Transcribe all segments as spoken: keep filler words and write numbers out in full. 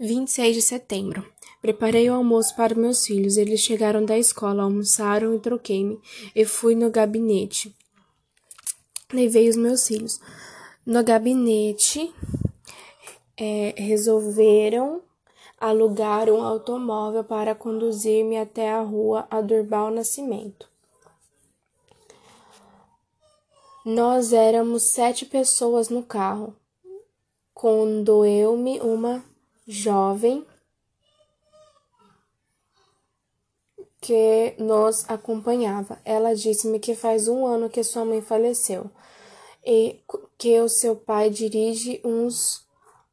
vinte e seis de setembro. Preparei o almoço para meus filhos. Eles chegaram da escola, almoçaram e troquei-me. E fui no gabinete. Levei os meus filhos. No gabinete, é, resolveram alugar um automóvel para conduzir-me até a rua Adurbal Nascimento. Nós éramos sete pessoas no carro. Conduziu-me uma jovem que nos acompanhava. Ela disse-me que faz um ano que sua mãe faleceu e que o seu pai dirige uns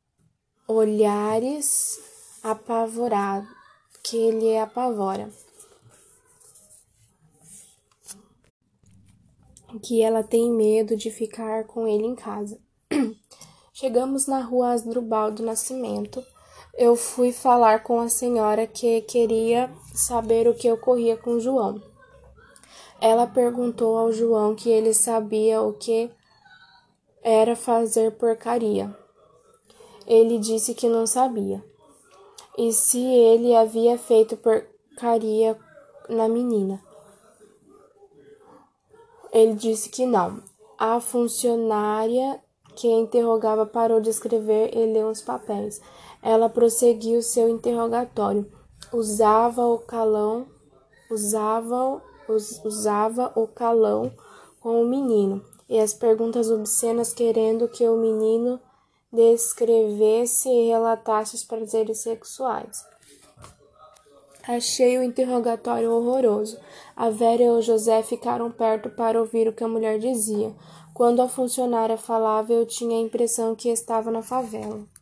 olhares apavorados, que ele apavora. Que ela tem medo de ficar com ele em casa. Chegamos na rua Asdrubal do Nascimento. Eu fui falar com a senhora que queria saber o que ocorria com João. Ela perguntou ao João que ele sabia o que era fazer porcaria. Ele disse que não sabia. E se ele havia feito porcaria na menina? Ele disse que não. A funcionária que interrogava parou de escrever e leu os papéis. Ela prosseguiu seu interrogatório. Usava o calão, usava, us, usava o calão com o menino e as perguntas obscenas querendo que o menino descrevesse e relatasse os prazeres sexuais. Achei o interrogatório horroroso. A Vera e o José ficaram perto para ouvir o que a mulher dizia. Quando a funcionária falava, eu tinha a impressão que estava na favela.